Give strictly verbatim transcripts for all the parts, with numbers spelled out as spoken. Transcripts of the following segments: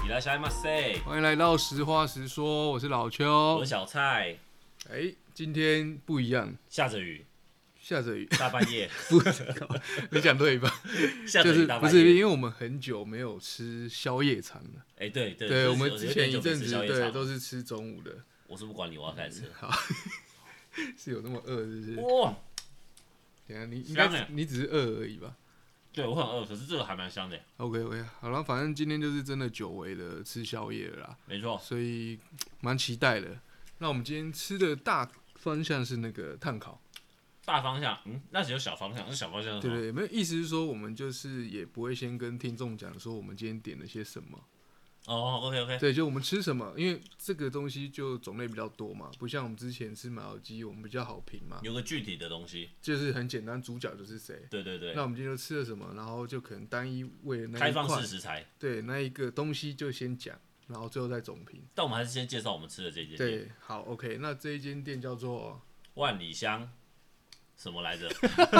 らっしゃいませ。 欢迎来到实话实说，我是老邱， 我是小蔡。 哎，今天不一样， 下着雨， 下着雨， 大半夜。 不，你讲对吧？ 下着就是雨大半夜。 不是因为我们很久没有吃宵夜餐了。 哎、欸，对对对，我们有之前一阵子对都是。 是吃中午的。 我是不管你，我要开始吃。 好，是有那么饿是不是？ 哇！ 等一下你应该你只是饿而已吧？ 对，我很饿，可是这个还蛮香的。 OK OK， 好了，反正今天就是真的久违的吃宵夜了啦。 没错。 所以蛮期待的。那我们今天吃的大方向是那个炭烤。 大方向，嗯，那只有小方向，是小方向是什么？ 对对，没有意思是说，我们就是也不会先跟听众讲说我们今天点了些什么。 哦 ，OK OK。 对，就我们吃什么，因为这个东西就种类比较多嘛，不像我们之前吃麻油鸡，我们比较好评嘛。 有个具体的东西， 就是很简单，主角就是谁。 对对对。 那我们今天就吃了什么，然后就可能单一为了那一开放式食材。 对，那一个东西就先讲，然后最后再总评。 但我们还是先介绍我们吃的这间店。 对，好 ，OK， 那这一间店叫做万里香。什么来着？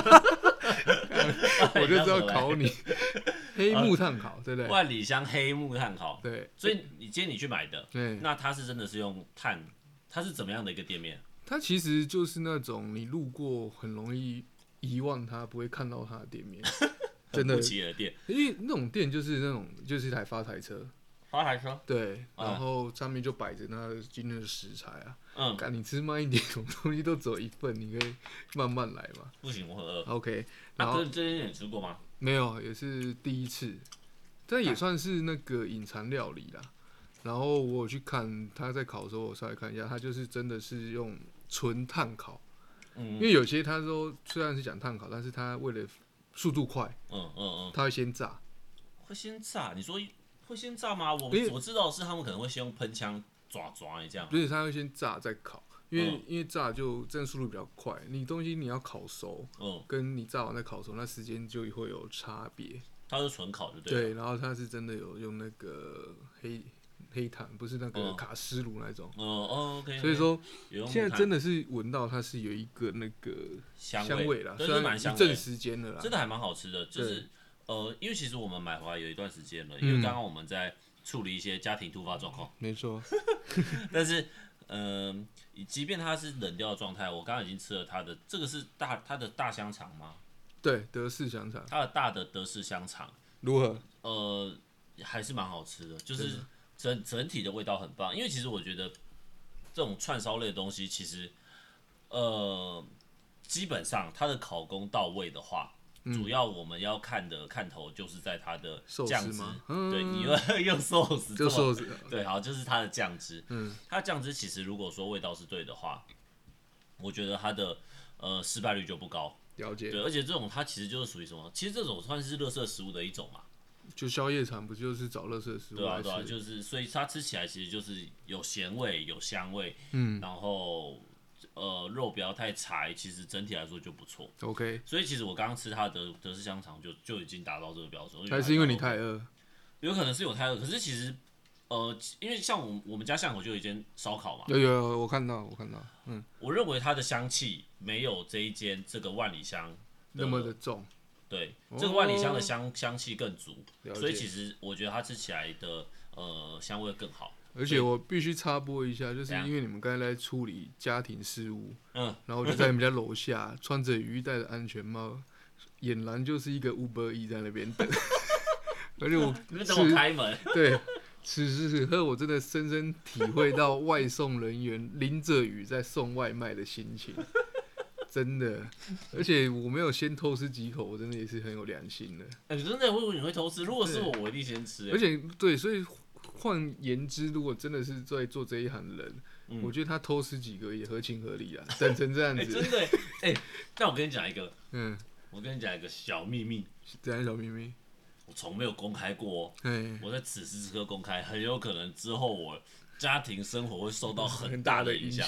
我就知道考你。黑木炭烤，对不对？ 万里香黑木炭烤， 对。 所以你今天你去买的， 对。 那它是真的是用炭，它是怎么样的一个店面？ 它其实就是那种你路过很容易遗忘它，不会看到它的店面。真的。 不起眼的店。 因为那种店就是那种就是一台发财车。 发财车。 对，然后上面就摆着那今天的食材啊。 嗯。 赶你吃慢一点，什么东西都只有一份，你可以慢慢来嘛。 不行，我很饿。 OK。 然后这这间你吃过吗？ 没有，也是第一次。这也算是那个隐藏料理啦。然后我有去看他在烤的时候，我稍微看一下，他就是真的是用纯炭烤。嗯。因为有些他说虽然是讲炭烤，但是他为了速度快， 嗯嗯嗯， 他会先炸。 会先炸？你说会先炸吗？我我知道的是他们可能会先用喷枪抓抓你这样。 不是，他会先炸再烤，因为、嗯、因为炸就真的速度比较快，你东西你要烤熟，嗯，跟你炸完再烤熟，那时间就会有差别。 它是纯烤就对了。 对，然后它是真的有用那个黑黑炭，不是那个卡式炉那种。 哦哦 ，OK。 所以说，现在真的是闻到它是有一个那个香味啦， 虽然一阵时间了啦， 真的还蛮好吃的。就是呃，因为其实我们买回来有一段时间了，因为刚刚我们在处理一些家庭突发状况。 没错。 但是，嗯、呃，即便它是冷掉的状态，我刚刚已经吃了它的，这个是大它的大香肠吗？ 对，德式香肠。 它的大的德式香肠如何？ 呃，还是蛮好吃的，就是整整体的味道很棒。因为其实我觉得这种串烧类的东西，其实呃，基本上它的烤工到位的话，嗯、主要我们要看的看头就是在它的酱汁。 嗯、 对，你用用寿司， 就寿司。 对，好，就是它的酱汁。 嗯， 它的酱汁其实如果说味道是对的话，我觉得它的呃失败率就不高。 了解。 对，而且这种它其实就是属于什么？其实这种算是垃圾食物的一种嘛。 就宵夜场不就是找垃圾食物？ 对啊，对啊，就是所以它吃起来其实就是有咸味、有香味， 嗯， 然后呃肉不要太柴，其实整体来说就不错。 OK。 所以其实我刚刚吃它的德德式香肠就就已经达到这个标准。 还是因为你太饿？ 有可能是我太饿，可是其实呃，因为像我我们家巷口就有一间烧烤嘛。 有有，我看到我看到，嗯。 我认为它的香气没有这一间这个万里香那么的重。 对，这个万里香的香香气更足，所以其实我觉得它吃起来的呃香味更好。 而且我必须插播一下，就是因为你们刚才在处理家庭事务，嗯，然后我就在你们家楼下穿着雨衣戴着安全帽，俨然就是一个 Uber E 在那边等。而且我你们等我开门。 对，此时此刻我真的深深体会到外送人员淋着雨在送外卖的心情。真的，而且我没有先偷吃几口，我真的也是很有良心的。 哎、欸，真的，我以为你会偷吃。如果是我，我一定先吃。 而且对，所以换言之，如果真的是在做这一行的人，嗯、我觉得他偷吃几个也合情合理啊。等成这样子， 欸、真的，哎、欸，但我跟你讲一个， 嗯， 我跟你讲一个小秘密。 怎样小秘密？ 我从没有公开过、哦。我在此时此刻公开，很有可能之后我家庭生活会受到很大的影响。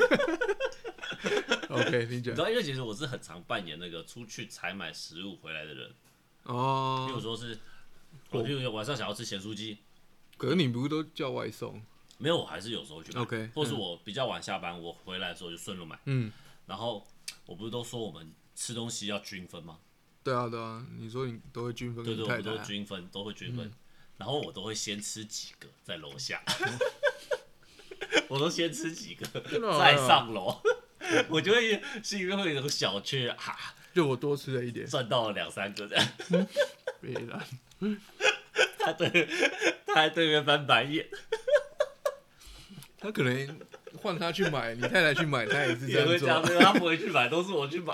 OK， 你讲。 你知道，因为其实我是很常扮演那个出去采买食物回来的人。 哦。 比如说是，我比如说晚上想要吃咸酥鸡。 可是你不是都叫外送？ 没有，我还是有时候去买。 OK。 或是我比较晚下班，我回来的时候就顺路买。嗯。然后我不是都说我们吃东西要均分吗？ 对啊，对啊，你说你都会均分， 对对，我们都均分，都会均分。嗯、 然后我都会先吃几个在楼下，我都先吃几个再上楼，我就会心里面会有种小缺啊， 就我多吃了一点， 赚到了两三个这样。 别然， 他对，他还对面翻白眼。 他可能换他去买，你太太去买，他也是这也会样做。 这样，他不会去买，都是我去买。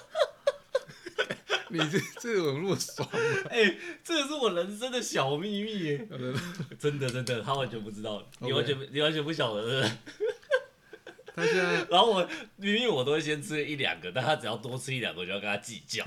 你这这种那么爽吗？ 哎、欸，这个是我人生的小秘密耶，真的真的，他完全不知道，你完全、okay. 你完全不晓得。 他现在， 然后我明明我都会先吃一两个，但他只要多吃一两个，我就要跟他计较。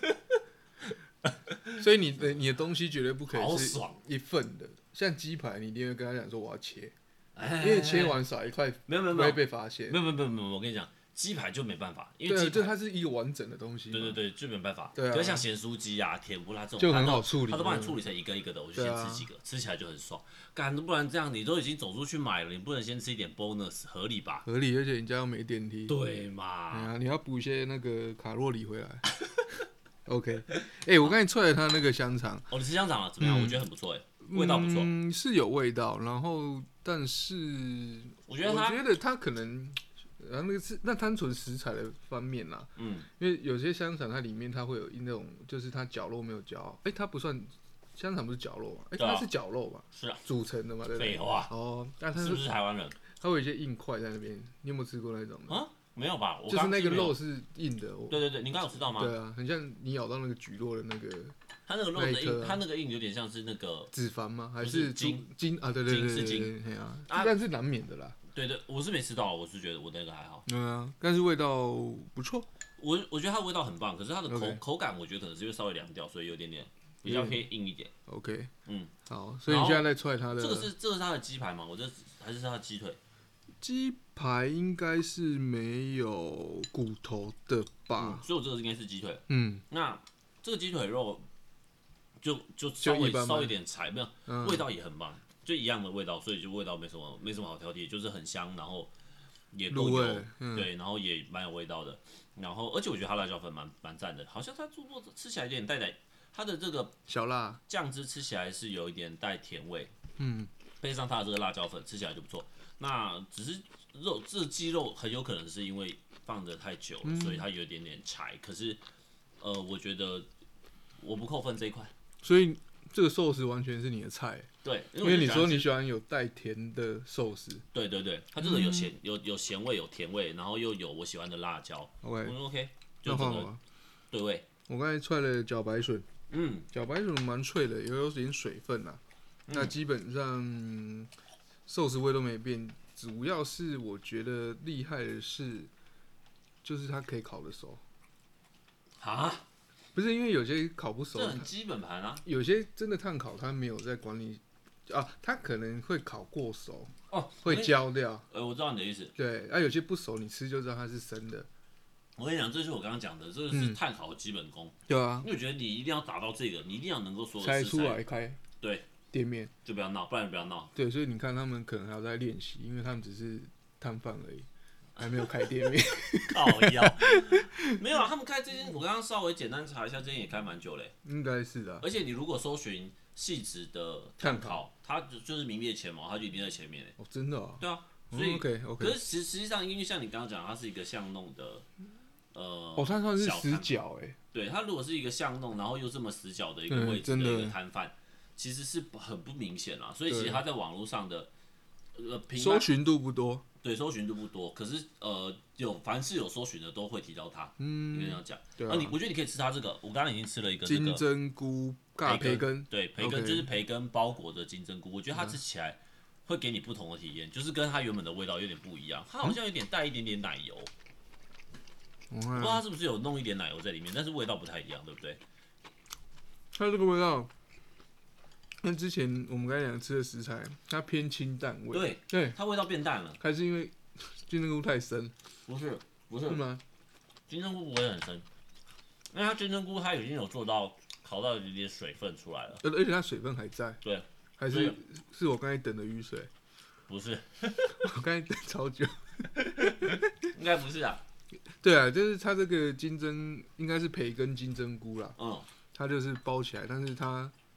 所以你的你的东西绝对不可以是一份的，像鸡排，你一定会跟他讲说我要切， 哎、 因为切完少一块， 没有没有不会被发现。 没有没有没有没有，我跟你讲。鸡排就没办法，因为鸡排对，它是一个完整的东西。 对对对，就没办法。 对啊。 可是像咸酥鸡啊、甜不辣这种， 就很好处理， 他都帮你处理成一个一个的，我就先吃几个，啊、吃起来就很爽。干，不然这样你都已经走出去买了，你不能先吃一点 bonus， 合理吧？ 合理，而且你家又没电梯。 对嘛？ 哎呀，你要补一些那个卡路里回来。OK， 哎、欸，我刚才踹了他那个香肠。 哦，你吃香肠了，怎么样？嗯、我觉得很不错，哎，味道不错。 嗯，是有味道，然后但是我觉得他， 我觉得他可能。然后那个是那单纯食材的方面啦，嗯，因为有些香肠它里面它会有那种，就是它绞肉没有绞好，哎、欸，它不算香肠不是绞肉嘛，哎、欸，它是绞肉嘛， 是啊， 组成的嘛，对不对？ 废话， 哦，但它是, 是不是台湾人？ 它会有一些硬块在那边，你有没有吃过那种的？ 啊，没有吧？我就是那个肉是硬的。 对对对，你刚刚有吃到吗？ 对啊，很像你咬到那个蒟蒻的那个。 它那个肉的硬，它那个硬有点像是那个脂肪吗？还是筋筋啊？对对对对对对，啊，但是难免的啦。 对对，我是没吃到，我是觉得我那个还好。 嗯啊，但是味道不错。 我我觉得它的味道很棒，可是它的口 okay. 口感，我觉得可能是因为稍微凉掉，所以有点点比较偏硬一点。 OK， 嗯， 好，所以你现在在踹它的。 这个是这个是它的鸡排吗？我这还是它的鸡腿？ 鸡排应该是没有骨头的吧？ 嗯、所以我这个应该是鸡腿。 嗯， 那这个鸡腿肉就就稍微稍微有点柴，没有、嗯、味道也很棒。就一样的味道，所以就味道没什么没什么好挑剔，就是很香，然后也够油，嗯、对，然后也蛮有味道的，然后而且我觉得它辣椒粉蛮蛮赞的，好像它做做吃起来有点带带，它的这个小辣酱汁吃起来是有一点带甜味， 嗯， 配上它的这个辣椒粉吃起来就不错。那只是肉这个鸡肉很有可能是因为放得太久了，嗯、所以它有一点点柴，可是呃，我觉得我不扣分这一块， 所以。这个寿司完全是你的菜， 对， 因为你说你喜欢有带甜的寿司， 对对对，它这个有咸、嗯、有有咸味有甜味，然后又有我喜欢的辣椒 ，OK OK， 就整个对味。 我刚才踹了茭白笋， 嗯， 茭白笋蛮脆的，也有点水分啊。嗯、那基本上寿司味都没变，主要是我觉得厉害的是，就是它可以烤得熟。 啊？ 不是因为有些烤不熟， 这很基本盘啊。 有些真的炭烤，它没有在管理啊，它可能会烤过熟， 哦， 会焦掉。 呃，我知道你的意思。 对，啊，有些不熟，你吃就知道它是生的。 我跟你讲，这就是我刚刚讲的，这个是炭烤的基本功、嗯。 对啊， 因为我觉得你一定要达到这个，你一定要能够说拆出来开。 对， 店面就不要闹，不然不要闹。 对，所以你看他们可能还要在练习，因为他们只是摊贩而已。还没有开店面， 靠腰，没有啊，他们开这间，我刚刚稍微简单查一下，这间也开蛮久嘞， 应该是的、啊。 而且你如果搜寻细致的炭烤，它就是名列前茅，它就一定在前面嘞。 哦，真的啊？ 对啊，所以、 嗯、OK OK。 可是实实际上，因为像你刚刚讲，它是一个巷弄的，呃， 哦，它算是死角哎。 对，它如果是一个巷弄，然后又这么死角的一个位置的一个摊贩，其实是很不明显啦。所以其實它在網絡上的呃搜尋度不多， 对，搜尋度不多。可是呃有凡是有搜尋的都會提到它，嗯，應該這樣講。 對啊， 啊你我覺得你可以吃它這個，我剛剛已經吃了一個、這個、 金針菇尬培根， 對，培根就是培根包裹的金針菇，我覺得它吃起來會給你不同的體驗，就是跟它原本的味道有點不一樣，它好像有點帶一點點奶油。我不知道它是不是有弄一點奶油在裡面，但是味道不太一樣，對不對？ 它這個味道跟之前我們剛才講吃的食材，它偏清淡味。 對對， 它味道變淡了。 還是因為金針菇太深？ 不是，不是。 是嗎？ 金針菇不會很深，因為它金針菇它已經有做到烤到有點水分出來了， 而而且它水分還在。 對， 還是是我剛才等的雨水？ 不是， 我剛才等超久。 應該不是啊。 對啊，就是它這個金針應該是培根金針菇啦。 嗯， 它就是包起來，但是它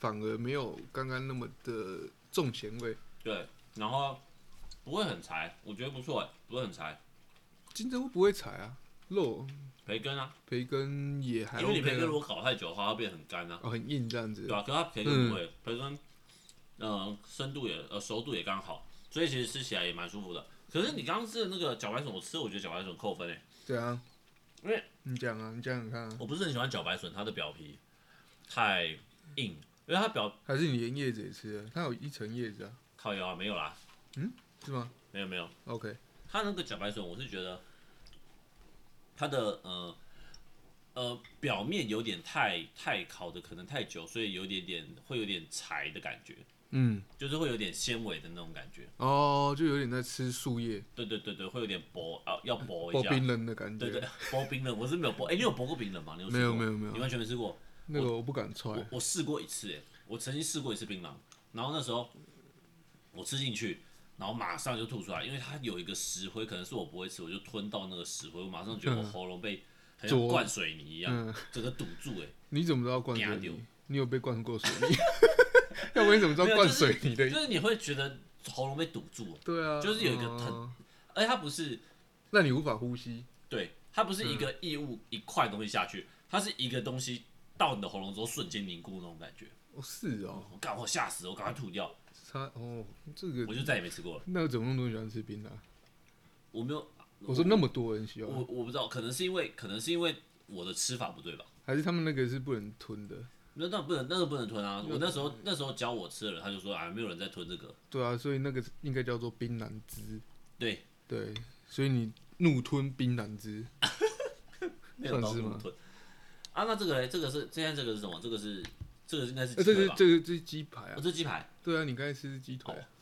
反而没有刚刚那么的重咸味。 对，然后不会很柴，我觉得不错哎，不会很柴。 金针菇不会柴啊，肉培根啊， 培根也还 OK 啊， 因为你培根如果烤太久的话，它会变很干啊。 哦很硬这样子。 对啊，可是它培根不会，培、嗯、根，呃，深度也呃熟度也刚好，所以其实吃起来也蛮舒服的。可是你刚刚吃的那个茭白笋，我吃我觉得茭白笋扣分诶。 对啊， 因为你讲啊，你讲讲看啊。 我不是很喜欢茭白笋，它的表皮太硬，因为它表还是你连叶子也吃了，它有一层叶子啊。 靠腰啊，没有啦。 嗯，是吗？ 没有没有。 OK。 它那个茭白笋，我是觉得它的呃呃表面有点太太烤的可能太久，所以有点点会有点柴的感觉。嗯，就是会有点纤维的那种感觉。 哦，就有点在吃树叶。 对对对对，会有点薄啊，要薄一下。 薄冰冷的感觉。 对对，薄冰冷，我是没有薄。哎、欸，你有薄过冰冷吗？你有没有没有没有， 你完全没吃过。 那个我不敢踹。 我我试过一次，哎，我曾经试过一次槟榔，然后那时候我吃进去，然后马上就吐出来，因为它有一个石灰，可能是我不会吃，我就吞到那个石灰，我马上觉得我喉咙被很像灌水泥一样，嗯、整个堵住，哎。 你怎么知道灌水泥？你有被灌过水泥？要不然你怎么知道灌水泥的、 就是？就是你会觉得喉咙被堵住。 对啊， 就是有一个很， 嗯、 而且它不是， 那你无法呼吸。 对，它不是一个异物、嗯、一块东西下去，它是一个东西到你的喉咙之后瞬间凝固那种感觉。 哦，是哦， 我赶我吓死，我赶快吐掉。 它哦，这个我就再也没吃过了。 那怎么那么多人喜欢吃槟榔？ 我没有， 我说那么多人喜欢， 我我不知道，可能是因为可能是因为我的吃法不对吧？ 还是他们那个是不能吞的？ 那那不能，那个不能吞啊！我那时候那时候教我吃的人，他就说啊，没有人在吞这个。 对啊，所以那个应该叫做槟榔汁。 对对，所以你怒吞槟榔汁， 算是吗？啊，那这个嘞，这个是现在这个是什么？这个是这个应该是鸡腿吧？这个这个这是鸡排啊！ 哦，这是鸡排。 对啊，你刚才吃是鸡腿、啊。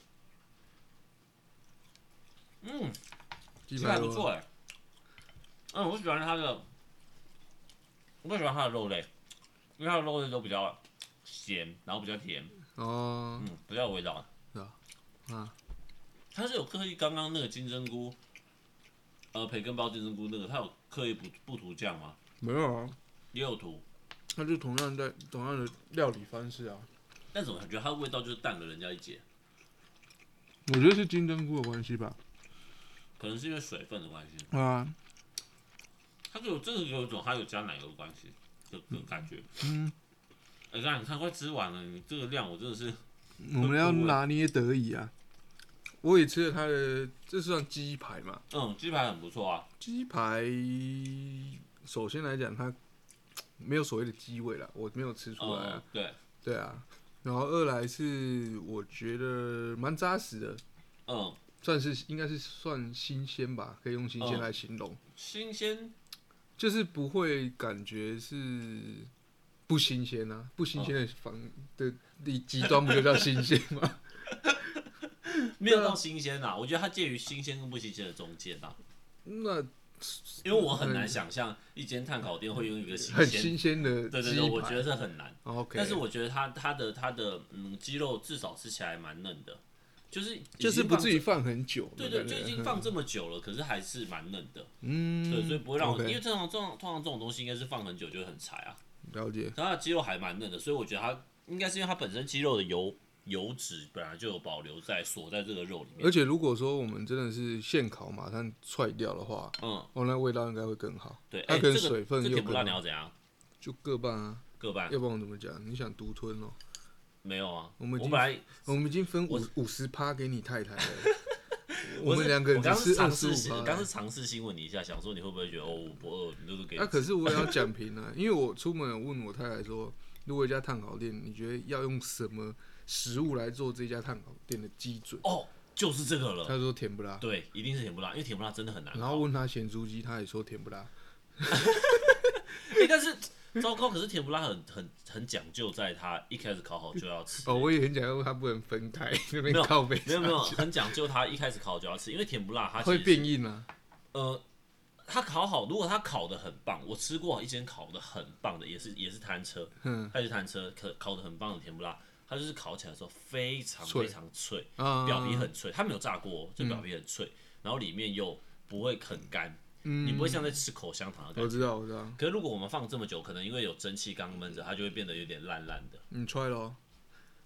嗯，鸡排不错哎。嗯，我喜欢它的，我喜欢它的肉类。因为它的肉类都比较咸，然后比较甜，哦，嗯，比较有味道。是啊，啊，它是有刻意刚刚那个金针菇，呃，培根包金针菇那个，它有刻意不不涂酱吗？ 没有啊， 也有涂。 它就同样在同样的料理方式啊。 但怎么感觉它的味道就是淡了人家一截？ 我觉得是金针菇的关系吧。 可能是因为水分的关系。 啊， 它有这个有一种它有加奶油的关系。的感觉，嗯，哎、欸，刚你看快吃完了，你这个量我真的是， 我们要拿捏得宜啊。我也吃了它的，这算鸡排嘛？ 嗯，鸡排很不错啊。 鸡排首先来讲，它没有所谓的鸡味啦，我没有吃出来啊。 嗯、对， 对啊。然后二来是我觉得蛮扎实的，嗯，算是应该是算新鲜吧，可以用新鲜来形容。 嗯、新鲜。 就是不会感觉是不新鲜啊，不新鲜的房的极端不就叫新鲜吗？ 没有到新鲜啊，我觉得它介于新鲜跟不新鲜的中间啊。 那因为我很难想象一间炭烤店会用一个新鲜很新鲜的， 对对对，我觉得这很难。 Okay. 但是我觉得它它的它的嗯鸡肉至少吃起来蛮嫩的。就是就是不至于放很久， 对对，就已经放这么久了，可是还是蛮嫩的，嗯，对，所以不会让我， okay. 因为正常通常通常这种东西应该是放很久就会很柴啊， 了解。 它的鸡肉还蛮嫩的，所以我觉得它应该是因为它本身鸡肉的油油脂本来就有保留在锁在这个肉里面， 而且如果说我们真的是现烤马上踹掉的话，嗯，哦，那味道应该会更好。 对， 它可能水分又更好。这甜不辣你要怎样？ 就各半啊， 各半。 要不然我怎么讲？你想独吞哦？ 没有啊， 我们我本来我们已经分五五十趴给你太太了，我们两个人只吃二十五趴。 我刚是尝试性问你一下，想说你会不会觉得哦我不饿，你就是给你。 那、啊、可是我也要讲评啊，因为我出门有问我太太说，如果一家炭烤店，你觉得要用什么食物来做这家炭烤店的基准？ 哦，就是这个了。 他说甜不辣。 对，一定是甜不辣，因为甜不辣真的很难。 然后问他咸猪鸡，他也说甜不辣。 欸、但是。糟糕，可是甜不辣很很很讲究，在它一开始烤好就要吃。 哦，我也很讲究，它不能分开，那边靠背。 没有没有，很讲究，它一开始烤就要吃，因为甜不辣它会变硬啊。 呃，它烤好，如果它烤的很棒，我吃过一间烤的很棒的，也是也是摊车，嗯，它是摊车，可烤的很棒的甜不辣，它就是烤起来的时候非常非常脆，嗯、表皮很脆，它没有炸过，就表皮很脆，嗯、然后里面又不会很干。嗯、你不会像在吃口香糖的感觉。 我知道，我知道。 可是如果我们放这么久，可能因为有蒸汽刚闷着，它就会变得有点烂烂的。 你踹咯。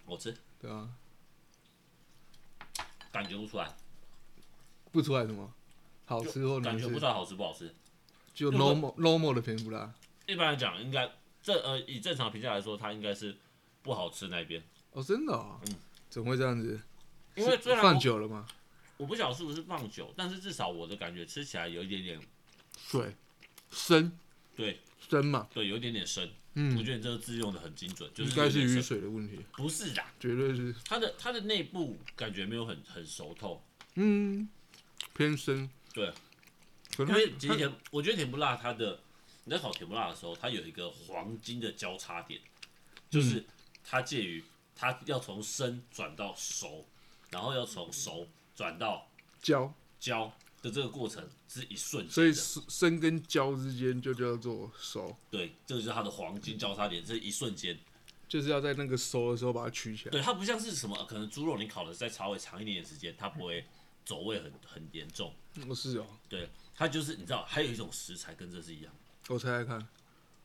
我吃， 对啊， 感觉不出来， 不出来什么好吃或难吃， 感觉不出来好吃不好吃。 就如果 normal normal 的甜不辣。 一般来讲，应该这呃以正常评价来说，它应该是不好吃那一边。 哦，真的哦， 嗯， 怎么会这样子？ 因为虽然放久了吗？ 我不晓得是不是放久，但是至少我的感觉吃起来有一点点水深， 对深嘛， 对，有一点点深。 嗯， 我觉得你这个字用的很精准，就是应该是雨有点深。 水的问题， 不是啦， 绝对是， 它的它的内部感觉没有很很熟透。 嗯，偏深。 对， 可能因为其实它甜，我觉得甜不辣它的你在烤甜不辣的时候，它有一个黄金的交叉点，就是它介于它要从生转到熟，然后要从熟转到焦， 焦的这个过程是一瞬所以间的。 生跟焦之间就叫做熟， 对，这个就是它的黄金交叉点，这是一瞬间。 就是要在那个熟的时候把它取起来。 对，它不像是什么，可能猪肉你烤的再稍微长一点点时间，它不会走味很很严重。 哦，是哦， 对，它就是你知道，还有一种食材跟这是一样。 我猜猜看。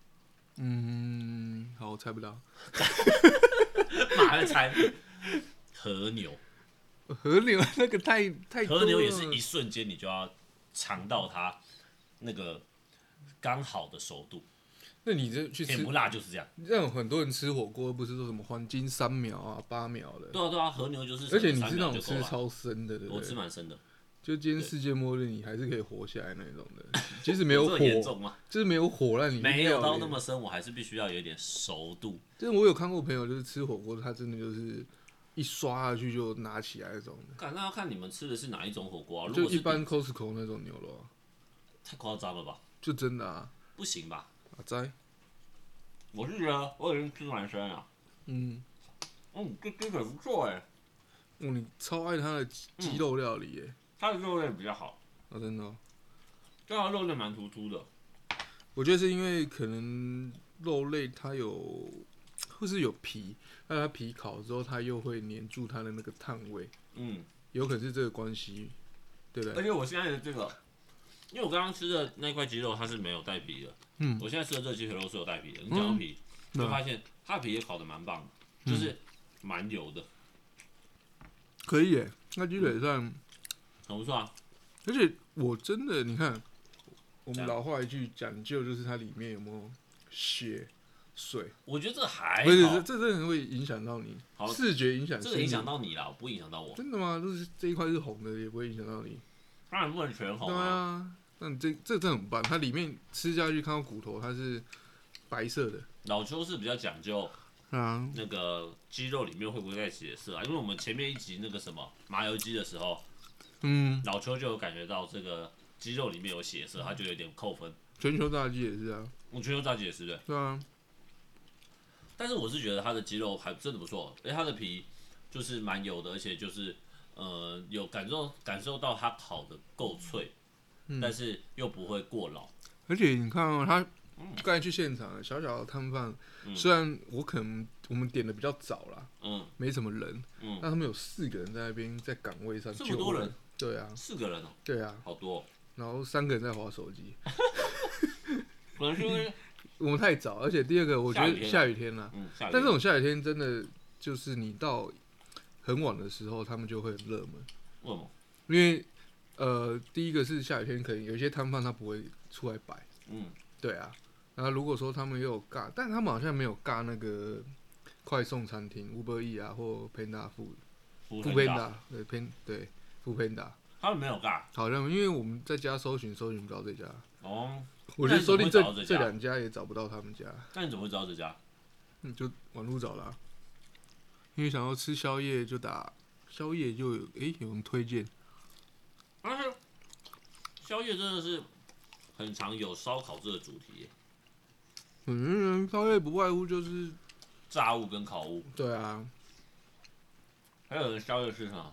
嗯，好，我猜不到。 马上猜，和牛， 和牛那个太太多了和牛也是一瞬间你就要尝到它那个刚好的熟度。 那你这去吃甜不辣就是这样。 那种很多人吃火锅不是说什么黄金三秒啊、八秒的， 对啊对啊，和牛就是而且你三是那种吃秒就够了。 超深的，对不我对？ 吃蛮深的， 就今天世界末日，你还是可以活下来那种的。即使没有这么严火， 重吗？ 就是没有火让你没有到那么。 么深，我还是必须要有一点熟度。 就是我有看过朋友，就是吃火锅，他真的就是一刷下去就拿起来那种的， 看那要看你们吃的是哪一种火锅啊？如就果是一般 Costco 那种牛肉啊， 太夸张了吧？ 就真的啊， 不行吧？ 阿斋， 我是觉得我已经吃蛮深了。 嗯， 嗯，这鸡腿不错哎， 哦，你超爱他的鸡肉料理耶， 它的肉类比较好， 啊，真的、哦， 对它的肉类蛮突出的。 我觉得是因为可能肉类它有，或是有皮，那它皮烤之后，它又会粘住它的那个炭味， 嗯， 有可能是这个关系，对不对？ 而且我现在的这个，因为我刚刚吃的那块鸡肉它是没有带皮的， 嗯， 我现在吃的这个鸡腿肉是有带皮的。你讲到皮，你会发现它的皮也烤的蛮棒的，就是蛮油的， 可以耶，那鸡腿算， 很不错啊。 而且我真的，你看，我们这样老话一句讲究就是它里面有没有血水， 我觉得这还不是这好， 这真的会影响到你好视觉影响， 这个影响到你啦，不影响到我。 真的吗？就是这一块是红的，也不会影响到你。 当然不能全红对啊。 啊，那你这这真的很棒，它里面吃下去看到骨头，它是白色的老邱是比较讲究啊， 那个鸡肉里面会不会带血色啊？因为我们前面一集那个什么麻油鸡的时候， 嗯， 老邱就有感觉到这个鸡肉里面有血色，他就有点扣分。 全球炸鸡也是啊， 我全球炸鸡也是对， 对啊， 但是我是觉得它的鸡肉还真的不错，而且它的皮就是蛮油的，而且就是呃有感受感受到它烤的够脆， 嗯但是又不会过老。 而且你看哦，他刚才去现场了，小小的摊贩， 嗯虽然我可能我们点的比较早啦， 嗯没什么人， 嗯， 但他们有四个人在那边在岗位上， 这么多人， 对啊， 四个人哦、 对啊， 好多、哦。 然后三个人在划手机， 可能是因为我们太早，而且第二个我觉得下雨天啦， 嗯下雨天， 但这种下雨天真的就是你到很晚的时候，他们就会很热门， 为什么？ 因为呃，第一个是下雨天，可能有一些摊贩他不会出来摆， 嗯， 对啊，然后如果说他们又有尬，但他们好像没有尬那个快送餐厅 Uber E 啊或 Panda Food 不 Food Panda 对 Pan 对 Food Panda， 他们没有尬好像因为我们在家搜寻搜寻不到这家， 哦。 我觉得说不定这那你怎么会找到这家这两家也找不到他们家， 那你怎么会知道这家？ 嗯，就网络找啦、啊，因为想要吃宵夜就打宵夜就有诶、有人推荐， 但是宵夜真的是很常有烧烤这个主题耶， 嗯，宵夜不外乎就是炸物跟烤物， 对啊， 还有人宵夜吃什么？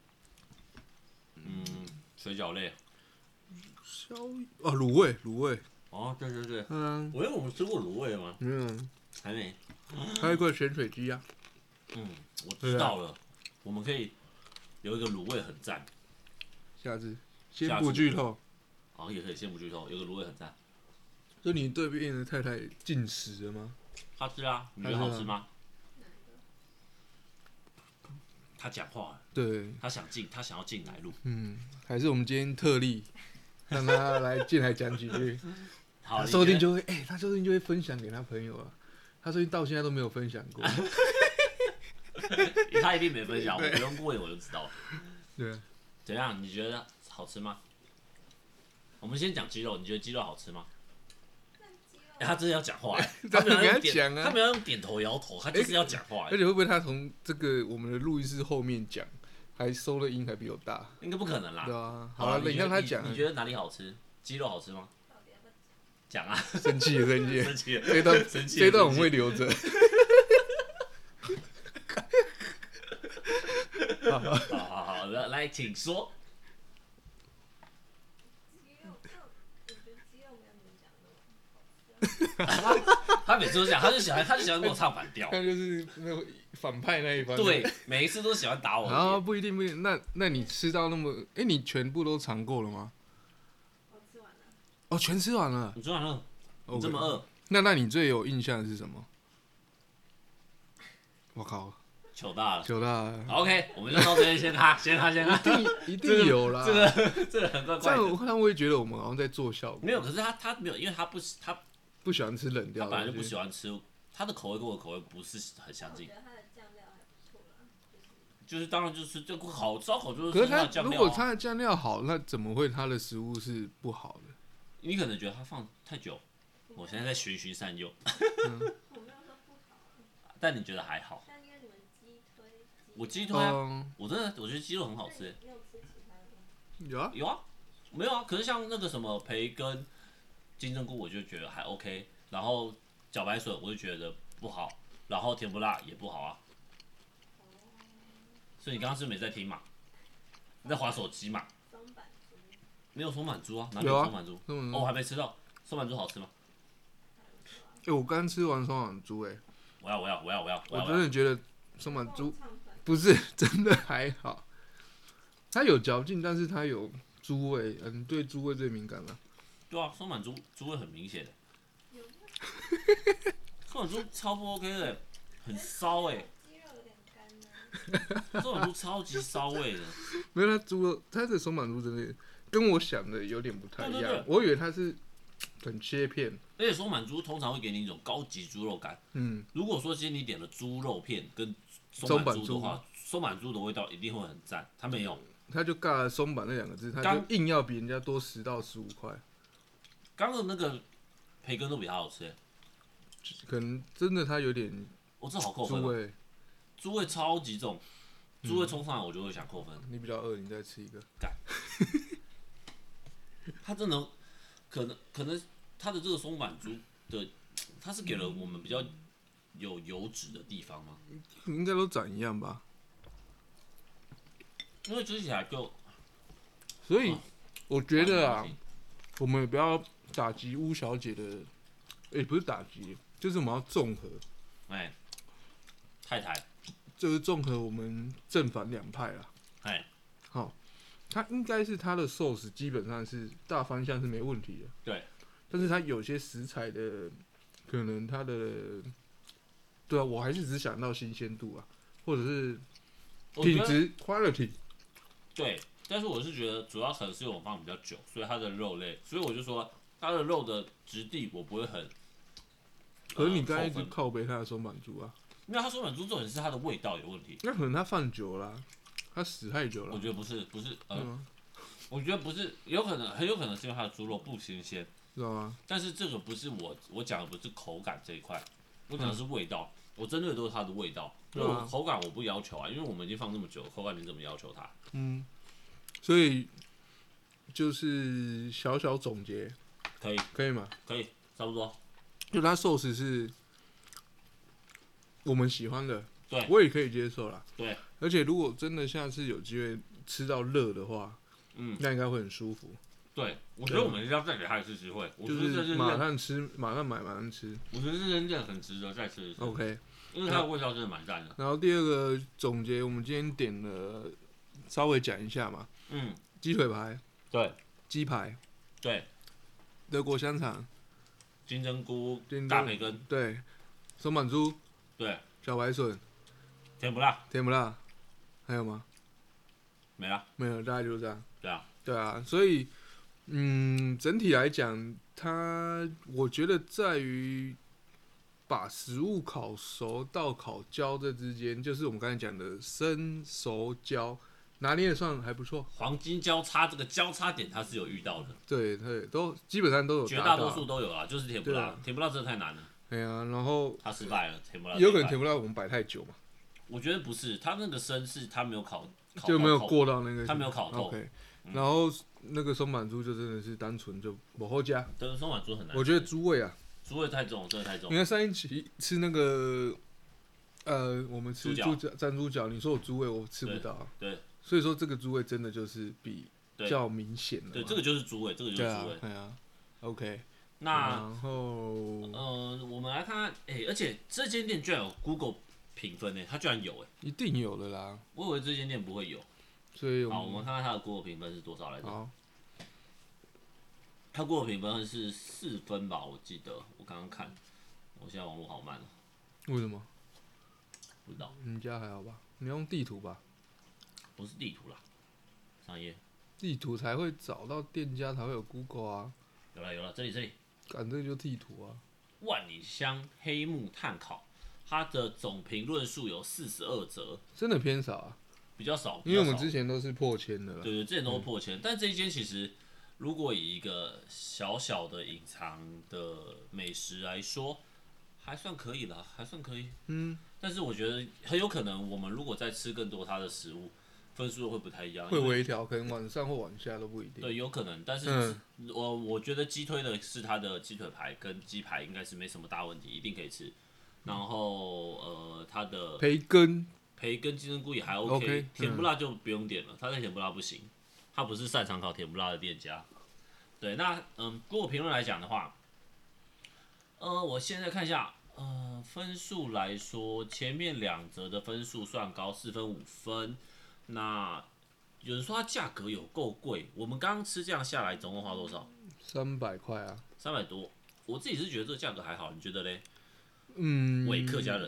嗯，水饺类。 宵夜啊卤味卤味， 哦，对对对， 嗯， 我以为我们吃过卤味吗？ 嗯， 还没。 还有一个咸水鸡啊， 嗯，我知道了，我们可以有一个卤味很赞， 下次先不剧透， 好像也可以先不剧透，有个卤味很赞。 就你对面的太太进食了吗？ 他吃啊，你觉得好吃吗？ 他讲话了， 对， 他想进，他想要进来录。 嗯，还是我们今天特例，让他来进来讲几句。 好， 他说不定就会，哎、欸，他说不定就会分享给他朋友啊。他说不定到现在都没有分享过。 他一定没分享，我不用问我就知道了。 对， 怎样？你觉得好吃吗？我们先讲鸡肉，你觉得鸡肉好吃吗？欸、他真的要讲话、欸，他没有用点，他没有用点头摇头，他就是要讲话、欸。 而且会不会他从这个我们的录音室后面讲，还收的音还比我大？ 应该不可能啦。 对啊， 好了，你让他讲。 你觉得哪里好吃？鸡肉好吃吗？讲啊！ 生气了，生气了， 生气了！ 这一段，这一段我们会留着。 好好好，来来，请说。他每次都讲，他就喜欢，他就喜欢跟我唱反调。 他就是那个反派那一方。 对，每一次都喜欢打我。 然后不一定不一定，那那你吃到那么，哎、欸，你全部都尝过了吗？ 我吃完了。 哦，全吃完了。 你吃完了？ Okay. 你这么饿？ 那那你最有印象的是什么？我靠！ 糗大了， 糗大了。 OK， 我们就到这边先卡，先卡，先卡。 一定一定有啦。 这个这个很怪怪的。 这样我看我也觉得我们好像在做效果。 没有，可是他他没有，因为他不他不喜欢吃冷掉的。 他本来就不喜欢吃，他的口味跟我的口味不是很相近。 我觉得他的酱料还不错啦， 就是。就是当然就是这个好烧烤就是。 可是他如果他的酱料好，那怎么会他的食物是不好的？ 你可能觉得他放太久，我现在在循循善诱。 嗯、 我没有说不好。 但你觉得还好？ 但因为你们鸡推。 我鸡推啊， 嗯、 我真的我觉得鸡肉很好吃、欸。 你有吃其他的？ 有啊。 有啊，没有啊？可是像那个什么培根、金针菇，我就觉得还 OK。然后茭白笋我就觉得不好，然后甜不辣也不好啊。所以你刚刚是没在听嘛？你在滑手机嘛？ 松板猪。 没有松板猪啊？哪里有松板猪？ 嗯、 哦，我还没吃到。松板猪好吃吗？ 哎、欸，我刚吃完松板猪，哎， 我要我要我要我要！ 我真的觉得松板猪不是真的还好，它有嚼劲，但是它有猪味，嗯，对猪味最敏感了。 对啊，松板猪猪味很明显的。松板猪超不 OK 的，很骚哎、欸。 鸡肉有点干呢。 松板猪超级骚味的。 没有，它猪肉，它的松板猪真的跟我想的有点不太一样。 对对对， 我以为它是很切片。 而且松板猪通常会给你一种高级猪肉感。 嗯。 如果说今天你点了猪肉片跟松板猪的话，松板猪的味道一定会很赞。它没有。 它就尬了松板那两个字，它就硬要比人家多十到十五块。 刚刚的那个培根都比它好吃、欸。 可能真的它有点， 我、哦、这好扣分、哦。 猪味， 猪味超级重，猪味冲上来我就会想扣分。 嗯、你比较饿，你再吃一个。 干。它真的可能可能它的这个松板猪的，它是给了我们比较有油脂的地方吗？ 应该都长一样吧。 因为吃起来就， 所以我觉得啊，我们也不要打击巫小姐的，也、欸、不是打击。就是我们要综合， 哎、欸，太太， 就是综合我们正反两派啦。 哎、欸， 好，它应该是它的寿司基本上是大方向是没问题的。 对。 但是它有些食材的，可能它的，对啊，我还是只想到新鲜度啊，或者是品质 quality。 对，但是我是觉得主要可能是我放比较久，所以它的肉类，所以我就说它的肉的质地我不会很。 可是你刚才一直靠背它的松板猪啊， 没有，它松板猪重点是它的味道有问题。 那可能它放久了、啊，它死太久了。 我觉得不是，不是，呃， 嗯、 我觉得不是，有可能很有可能是因为它的猪肉不新鲜， 知道吗？ 但是这个不是我我讲的不是口感这一块，我讲的是味道，嗯、我针对的都是它的味道。因为我口感我不要求啊，因为我们已经放这么久，口感你怎么要求它？ 嗯，所以就是小小总结， 可以， 可以吗？ 可以，差不多。 就它寿司是我们喜欢的， 对， 我也可以接受啦。 对， 而且如果真的下次有机会吃到热的话， 嗯， 那应该会很舒服。 对，我觉得我们一定要再给他一次机会。我觉得这就是马上吃，马上买，马上吃。 我觉得这间店很值得再吃一次。 OK， 因为它的味道真的蛮赞的。 然后第二个总结，我们今天点了，稍微讲一下嘛。 嗯， 鸡腿排， 对， 鸡排， 对， 德国香肠， 金针菇，大培根， 对，松板猪， 对， 小白笋， 甜不辣， 甜不辣， 还有吗？ 没了。 没有，大概就是这样。 对啊， 对啊，所以嗯，整体来讲，它我觉得在于把食物烤熟到烤焦这之间，就是我们刚才讲的生熟焦，拿捏的算还不错。 黄金交叉这个交叉点它是有遇到的， 对对，都基本上都有达到。 绝大多数都有啊，就是甜不辣， 对啊甜不辣真的太难了， 对啊，然后它失败了，甜不辣有可能失败甜不辣我们摆太久嘛， 我觉得不是，它那个生是它没有烤，烤就没有到透， 过到那个。 它没有烤透。 OK，然后那个松板猪就真的是单纯就不后加。 但是松板猪很难吃， 我觉得猪味啊， 猪味太重，真的太重你。看上一期吃那个，呃，我们吃猪脚猪脚蘸猪脚，你说我猪味我吃不到， 对所以说这个猪味真的就是比对较明显的嘛。 对，这个就是猪味，这个就是对啊猪味。， 对啊，OK。 那然后呃，我们来看看，哎、而且这间店居然有 Google 评分呢，它居然有哎， 一定有的啦， 我以为这间店不会有。好，我所以我们们看看它的 Google 评分是多少来着？ 好它 Google 评分是四分吧，我记得，我刚刚看，我现在网络好慢哦， 为什么？ 不知道， 你们家还好吧？你用地图吧， 不是地图啦，商业地图才会找到店家，才会有 Google 啊。 有了有了，这里这里， 赶这个就地图啊。 万里香黑木炭烤，它的总评论数有四十二则， 真的偏少啊， 比较少， 因为我们比较少之前都是破千的了。 对对，之前都是破千，但这一间其实如果以一个小小的隐藏的美食来说，还算可以啦，还算可以。 嗯， 但是我觉得很有可能，我们如果再吃更多它的食物，分数会不太一样， 会因为微调，可能晚上或晚下都不一定。 对，有可能。但是嗯我我觉得鸡推的是它的鸡腿排跟鸡排应该是没什么大问题，一定可以吃。然后呃，它的培根培根金针菇也还 OK， OK，甜嗯不辣就不用点了，它在甜不辣不行，它不是擅长烤甜不辣的店家。对，那嗯，如果评论来讲的话，呃，我现在看一下，呃，分数来说，前面两则的分数算高，四分五分。那有人说它价格有够贵，我们刚刚吃这样下来总共花多少？ 三百块啊。 三百多。我自己是觉得这个价格还好，你觉得嘞？ 嗯， 伪客家人，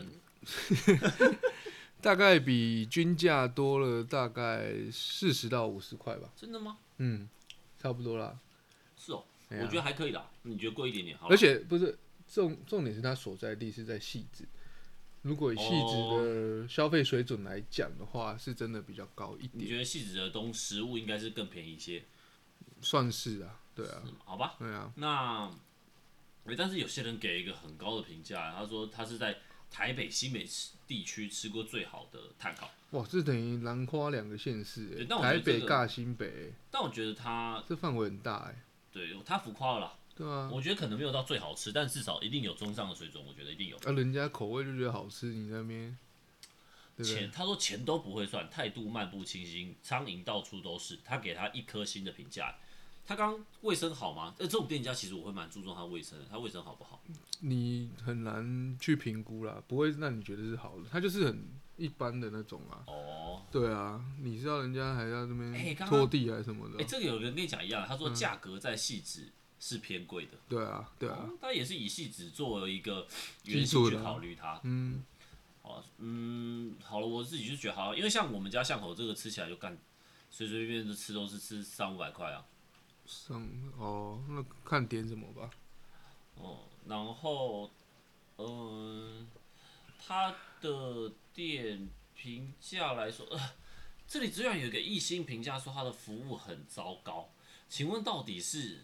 大概比均价多了大概四十到五十块吧。 真的吗？ 嗯，差不多啦。 是哦， 哎呀我觉得还可以啦。你觉得贵一点点好啦？ 而且不是重重点是它所在地是在汐止，如果以汐止的消费水准来讲的话，是真的比较高一点， 你觉得戏子的东食物应该是更便宜一些？ 算是啊，对啊， 是吗好吧。 对啊， 那，欸但是有些人给一个很高的评价，他说他是在台北新北地区吃过最好的炭烤。 哇，这等于南跨两个县市对欸， 但我觉得这个台北尬新北欸， 但我觉得他这范围很大哎， 对他浮夸了啦， 对啊， 我觉得可能没有到最好吃，但至少一定有中上的水准，我觉得一定有。 啊，人家口味就觉得好吃，你那边，对不对钱？他说钱都不会算，态度漫不经心，苍蝇到处都是。他给他一颗星的评价。他刚卫生好吗？呃，这种店家其实我会蛮注重他卫生的，他卫生好不好？ 你很难去评估啦，不会让你觉得是好的，它就是很一般的那种啊。 哦， 对啊，你知道人家还在那欸边刚刚拖地还是什么哎、 的， 这个有人跟你讲一样，他说价格在细致是偏贵的。 对啊，对啊， 哦他也是以细致作为一个基元素去础的啊考虑它。 嗯， 好，嗯，好了，我自己就觉得好，因为像我们家巷口这个吃起来就干，随随便便的吃都是吃三五百块啊。 上哦，那看点什么吧。 哦，然后，嗯，他的店评价来说，呃，这里居然有一个一星评价说他的服务很糟糕，请问到底是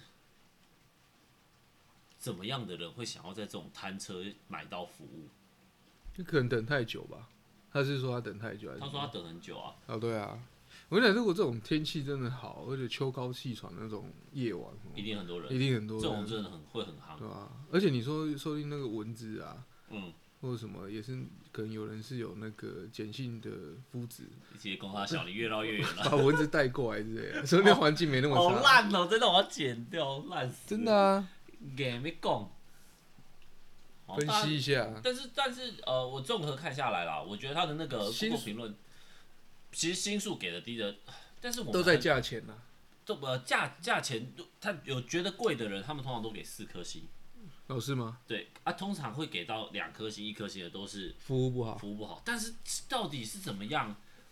怎么样的人会想要在这种摊车买到服务？ 就可能等太久吧。他是说他等太久还是？ 他说他等很久啊。 哦，对啊。我跟你讲，如果这种天气真的好，而且秋高气爽那种夜晚， 一定很多人， 一定很多这种人， 真的很会很夯。 对啊。而且你说说不定那个蚊子啊， 嗯， 或者什么，也是可能有人是有那个碱性的肤质， 一些公他小，你越绕越远了。 把蚊子带过来之类的，所以那环境没那么好差。 烂哦、真的我要剪掉，烂死。 真的啊， 给没讲。好分析一下。 但是但是呃，我综合看下来啦，我觉得他的那个 Google 评论，其实星数给的低的，但是我们都在价钱呐、 都呃价价钱，他有觉得贵的人，他们通常都给四颗星。 哦，是吗？ 对啊，通常会给到两颗星、一颗星的都是服务不好。 服务不好。但是到底是怎么样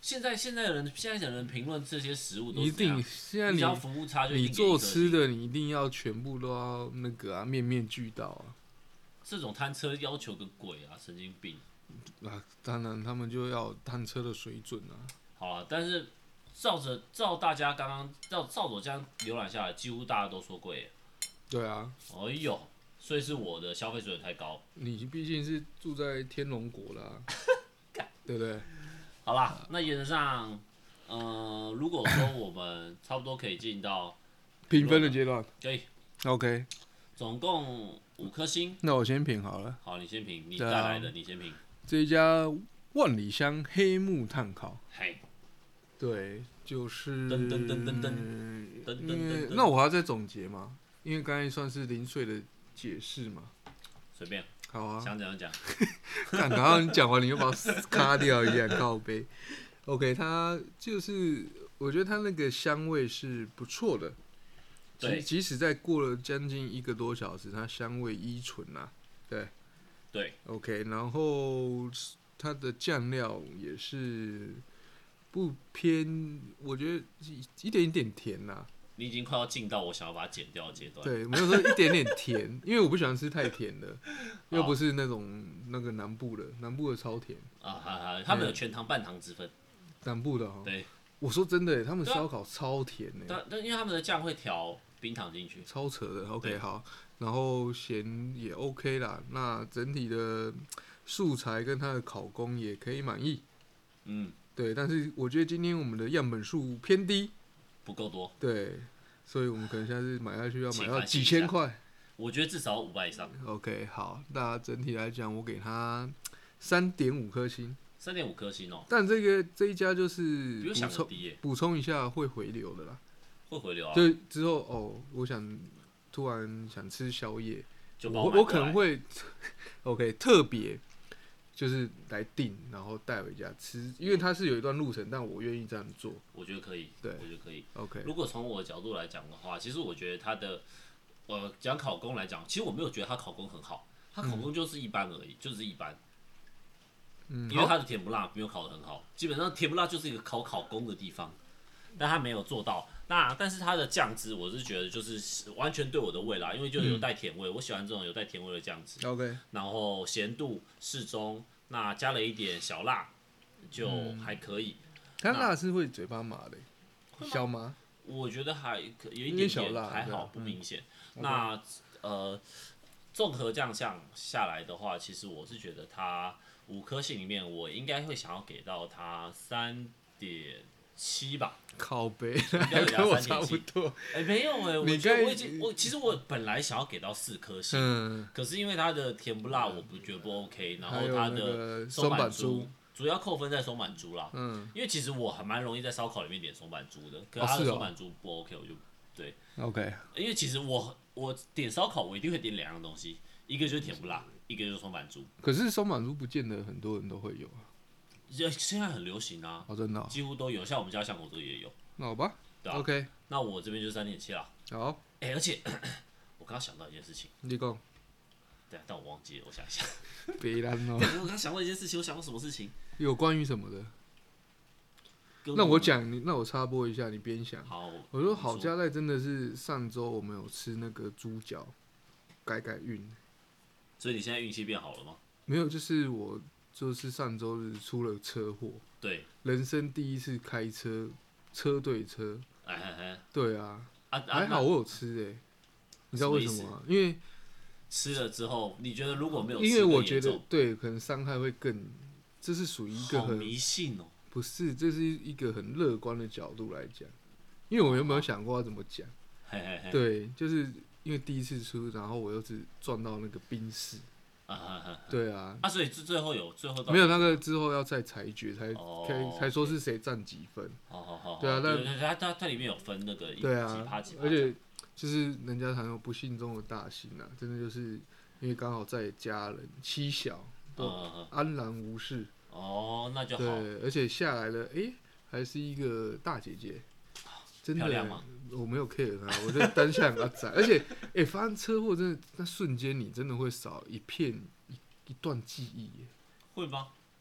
现在现在的人现在的人评论这些食物都一是怎样定现在你只要你服务差就一你定给一颗做吃星的你一定要全部都要那个啊，面面俱到啊。 这种摊车要求个鬼啊，神经病。 啊，当然他们就要有摊车的水准啊。 好了，但是照着照大家刚刚照照我这样浏览下来，几乎大家都说贵耶。 对啊， 哎呦，所以是我的消费水准太高。 你毕竟是住在天龙国啦，对不对？ 好啦，那原则上，呃，如果说我们差不多可以进到评分的阶段。 可以， OK， 总共五颗星。 那我先评好了。 好，你先评，你对啊带来的你先评。 这一家万里香黑木炭烤， 嘿， 对，就是噔噔噔噔噔噔噔因为噔噔那我还要再总结嘛，因为刚才算是零碎的解释嘛。 随便， 好啊， 想讲就讲。 看，然后你讲完你又把我卡掉一样，靠背。OK， 它就是我觉得它那个香味是不错的， 对即即使在过了将近一个多小时，它香味依存啊。对对， ，OK， 然后它的酱料也是不偏，我觉得一点一点甜呐、 你已经快要进到我想要把它剪掉的阶段。 对，没有说一点点甜，因为我不喜欢吃太甜的，又不是那种那个南部的，南部的超甜， 啊哈哈，他们有全糖半糖之分。 南部的哦。 对， 我说真的耶，他们对啊烧烤超甜呢， 但但因为他们的酱会调冰糖进去。 超扯的。OK， 对好，然后咸也 OK 啦，那整体的素材跟它的烤工也可以满意。 嗯， 对，但是我觉得今天我们的样本数偏低， 不够多， 对，所以我们可能下次买下去要买到几请反省一下千块。 我觉得至少五百以上， OK， 好，那整体来讲，我给它三点五颗星。 三点五颗星哦， 但这个这一家就是比我补充想的低耶， 补充一下会回流的啦， 会回流啊， 就之后哦，我想突然想吃宵夜， 就把我我买过来可能会 OK 特别就是来订，然后带回家吃，因为它是有一段路程，但我愿意这样做。 我觉得可以， 对我觉得可以。 OK， 如果从我的角度来讲的话，其实我觉得他的，呃，讲考工来讲，其实我没有觉得他考工很好，他考工就是一般而已，就是一般。 嗯， 因为好， 他的甜不辣没有烤得很好，基本上甜不辣就是一个考考工的地方，但他没有做到。那但是他的酱汁，我是觉得就是完全对我的胃啦，因为就有带甜味，我喜欢这种有带甜味的酱汁。 OK， 然后咸度适中，那加了一点小辣，就还可以。 它辣是会嘴巴麻的， 会吗小麻。 我觉得还可有一有点点点小辣对啊还好，不嗯明显。 OK 那呃，综合这样项下来的话，其实我是觉得它五颗星里面，我应该会想要给到它三点七吧。 靠背， 该有跟我三点七差不多。 哎、没有哎、我你该觉得我已经我其实我本来想要给到四颗星， 嗯， 可是因为它的甜不辣，我不觉得不 OK，然还有那后它的个松松板板猪猪， 主要扣分在松板猪啦。 嗯因为其实我还蛮容易在烧烤里面点松板猪的，可哦是哦是它的松板猪不 OK，我就对， ，OK， 因为其实我我点烧烤我一定会点两样东西，一个就是甜不辣，一个就是松板猪。 可是松板猪不见得很多人都会有啊。 现现在很流行啊， 哦，真的哦、 几乎都有，像我们家巷口这个也有， 那好吧对吧、 ，OK， 那我这边就三点七啦。 好， 哎、而且我刚刚想到一件事情， 你讲， 对啊，但我忘记了，我想一下。 别烂哦。 我刚刚想到一件事情，我想到什么事情？ 有关于什么的？ 跟那我讲，你那我插播一下，你边想。 好， 我说你好家在真的是上周我们有吃那个猪脚，改改运， 所以你现在运气变好了吗？ 没有，就是我就是上周日出了车祸， 对， 人生第一次开车，车对车， 哎哎哎， 对啊， 啊啊，那还好我有吃诶、你知道为什么吗？因为吃了之后，你觉得如果没有吃因为我觉得更严重对，可能伤害会更，这是属于一个很好迷信哦。 不是，这是一个很乐观的角度来讲，因为我有没有想过要怎么讲？ 嘿嘿嘿， 对，就是因为第一次出，然后我又是撞到那个冰室， 啊哈哈， 对啊， 啊，所以最最后有最后到没有那个之后要再裁决才哦才才说是谁占几分， 好好好， 对啊但对对，它它它里面有分那个一对啊几趴几，趴而且就是人家常有不幸中的大幸啊，真的就是因为刚好在家人妻小都嗯嗯嗯， 安然无事， 哦，那就好， 对，而且下来了，诶，还是一个大姐姐，真的漂亮吗？ 我没有 care 她，我就当下很仔，而且诶，发生车祸真的那瞬间你真的会少一片一一段记忆耶， 会吗？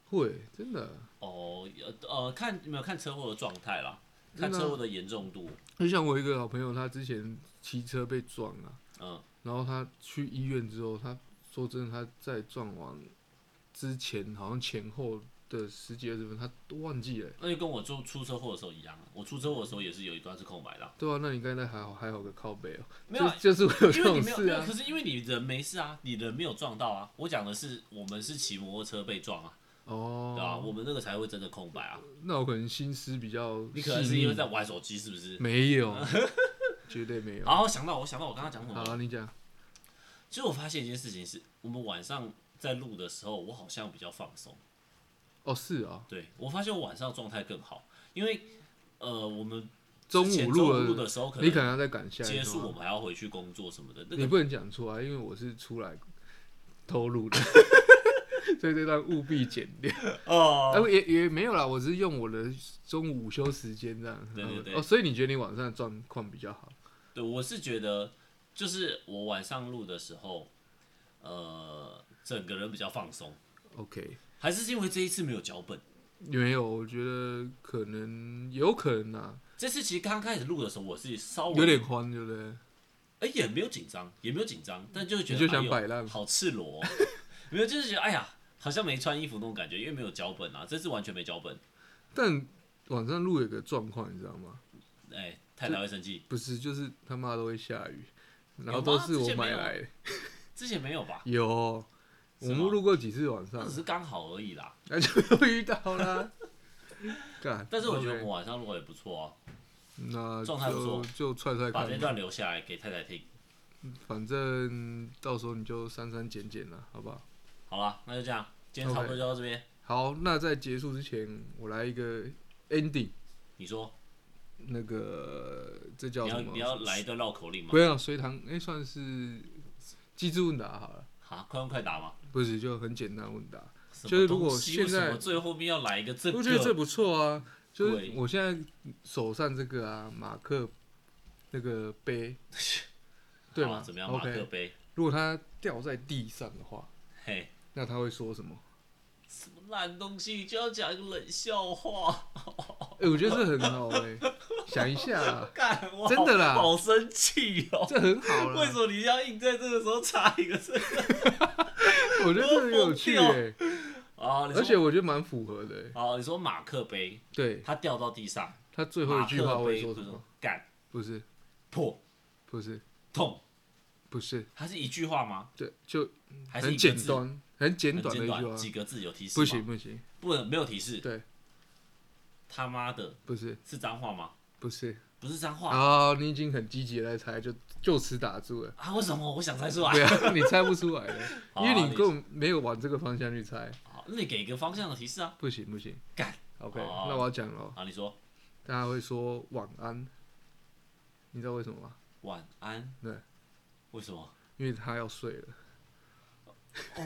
会真的。 哦，呃，看有没有看车祸的状态啦，看真的啊车祸的严重度。 就像我一个好朋友，他之前骑车被撞啊， 嗯， 然后他去医院之后，他说真的，他在撞完之前好像前后的十几二十分，他都忘记了欸。 那就跟我出出车祸的时候一样啊。我出车祸的时候也是有一段是空白的啊、 对啊，那你刚才还好还好个靠背哦、 没有啊、 就就是会有这因为种你没有没有， 事啊可。是因为你人没事啊，你人没有撞到啊。我讲的是我们是骑摩托车被撞啊， 哦， 对吧、我们那个才会真的空白啊。 那我可能心思比较你可能是因为在玩手机，是不是？ 没有，绝对没有。 好，我想到我想到我刚刚讲什么了。 好了，你讲。 其实我发现一件事情是，我们晚上在录的时候，我好像比较放松。 哦，是啊， 对，我发现我晚上状态更好，因为呃，我们中之前午录中午录的时候，可你可能要再赶下一结束， 段我们还要回去工作什么的。那个你不能讲出来，因为我是出来偷录的，所以这段务必剪掉。 哦， 哎、也也没有啦，我只是用我的中午午休时间这样。 对对对哦，所以你觉得你晚上的状况比较好？ 对，我是觉得，就是我晚上录的时候，呃，整个人比较放松， OK， 还是因为这一次没有脚本。 没有，我觉得可能有可能啊， 这次其实刚开始录的时候，我是稍微有点慌，对不对？ 哎、也没有紧张，也没有紧张，但就是觉得你就想哎呦摆烂好赤裸、哦，没有，就是觉得哎呀，好像没穿衣服那种感觉，因为没有脚本啊，这次完全没脚本， 但晚上录有个状况，你知道吗？ 哎、太太会生气。 不是，就是他妈都会下雨，然后有吗都是我之前没有买来的。 之前没有吧？ 有，我是吗们录过几次晚上那只，是刚好而已啦。 那就遇到啦。干， 但是我觉得我 OK 们晚上录的也不错啊， 那状态不错就就踹踹看吧， 把这段留下来给太太听。 反正到时候你就删删减减了，好不好？ 好了，那就这样，今天差不多就到这边。 好，那在结束之前，我来一个 ending， 你说那个这叫什么？ 你要你要来一段绕口令吗不？要随堂，哎、算是机智问答好了， 好，快问快答吗？ 不是就很简单问答。 什么就是如果东西现在为什么最后面要来一个这个？ 我觉得这不错啊，就是对我现在手上这个啊，马克那个杯，对吗？ 好怎么样？马克 OK， 杯， 如果它掉在地上的话， 嘿， 那他会说什么？ 什么烂东西，你就要讲一个冷笑话？ 哎、我觉得这很好哎、想一下啊， 干，我好真的啦好生气哦！ 这很好了。 为什么你要硬在这个时候插一个这个？ 我觉得这很有趣哎、 啊，你说而且我觉得蛮符合的哎、 好，你说马克杯， 对它掉到地上， 他最后一句话马克杯不是会说什么？ 干不是， 破不是， 痛， 不是， 它是一句话吗？ 对，就还是很一个字？ 简短，很简很简短， 短的一句话。 几个字有提示不吗？ 行不行， 不能没有提示。 对， 他妈的， 不是是脏话吗？ 不是。 不是脏话哦，你已经很积极的在猜，就就此打住了。 啊？为什么我想猜出来？ 对啊，你猜不出来的， 好啊因为你根本没有往这个方向去猜。 好，那你给一个方向的提示啊。 不行不行， 干。 OK， 哦那我要讲了， 好，你说大家会说晚安，你知道为什么吗？ 晚安。 对。 为什么？ 因为他要睡了。 哦，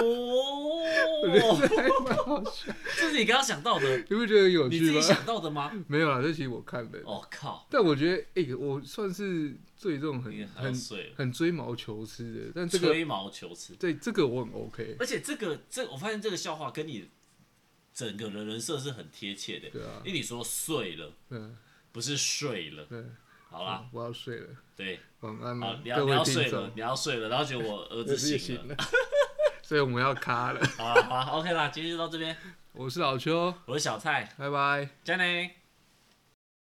这还蛮好笑， 这是你刚刚想到的， 你不觉得很有你自己趣吗？ 想到的吗？ 没有啦，这其实我看的。 哦靠， 但我觉得，哎、我算是对这种很你还要很睡了， 很追毛求疵的，但这个吹毛求疵。 对这个我很 OK。 而且这个这我发现这个笑话跟你整个人人设是很贴切的， 对啊， 因为你说睡了， 嗯， 不是睡了。 对， 好啦， 我要睡了， 对， 晚安好了，， 你要你要各位听众，， 睡了你要睡了，然后结果我儿子儿子也醒了。 醒了，所以我们要卡了。 好啦好啦，OK 啦，今天就到这边。 我是老邱， 我是小蔡， 拜拜。 加内。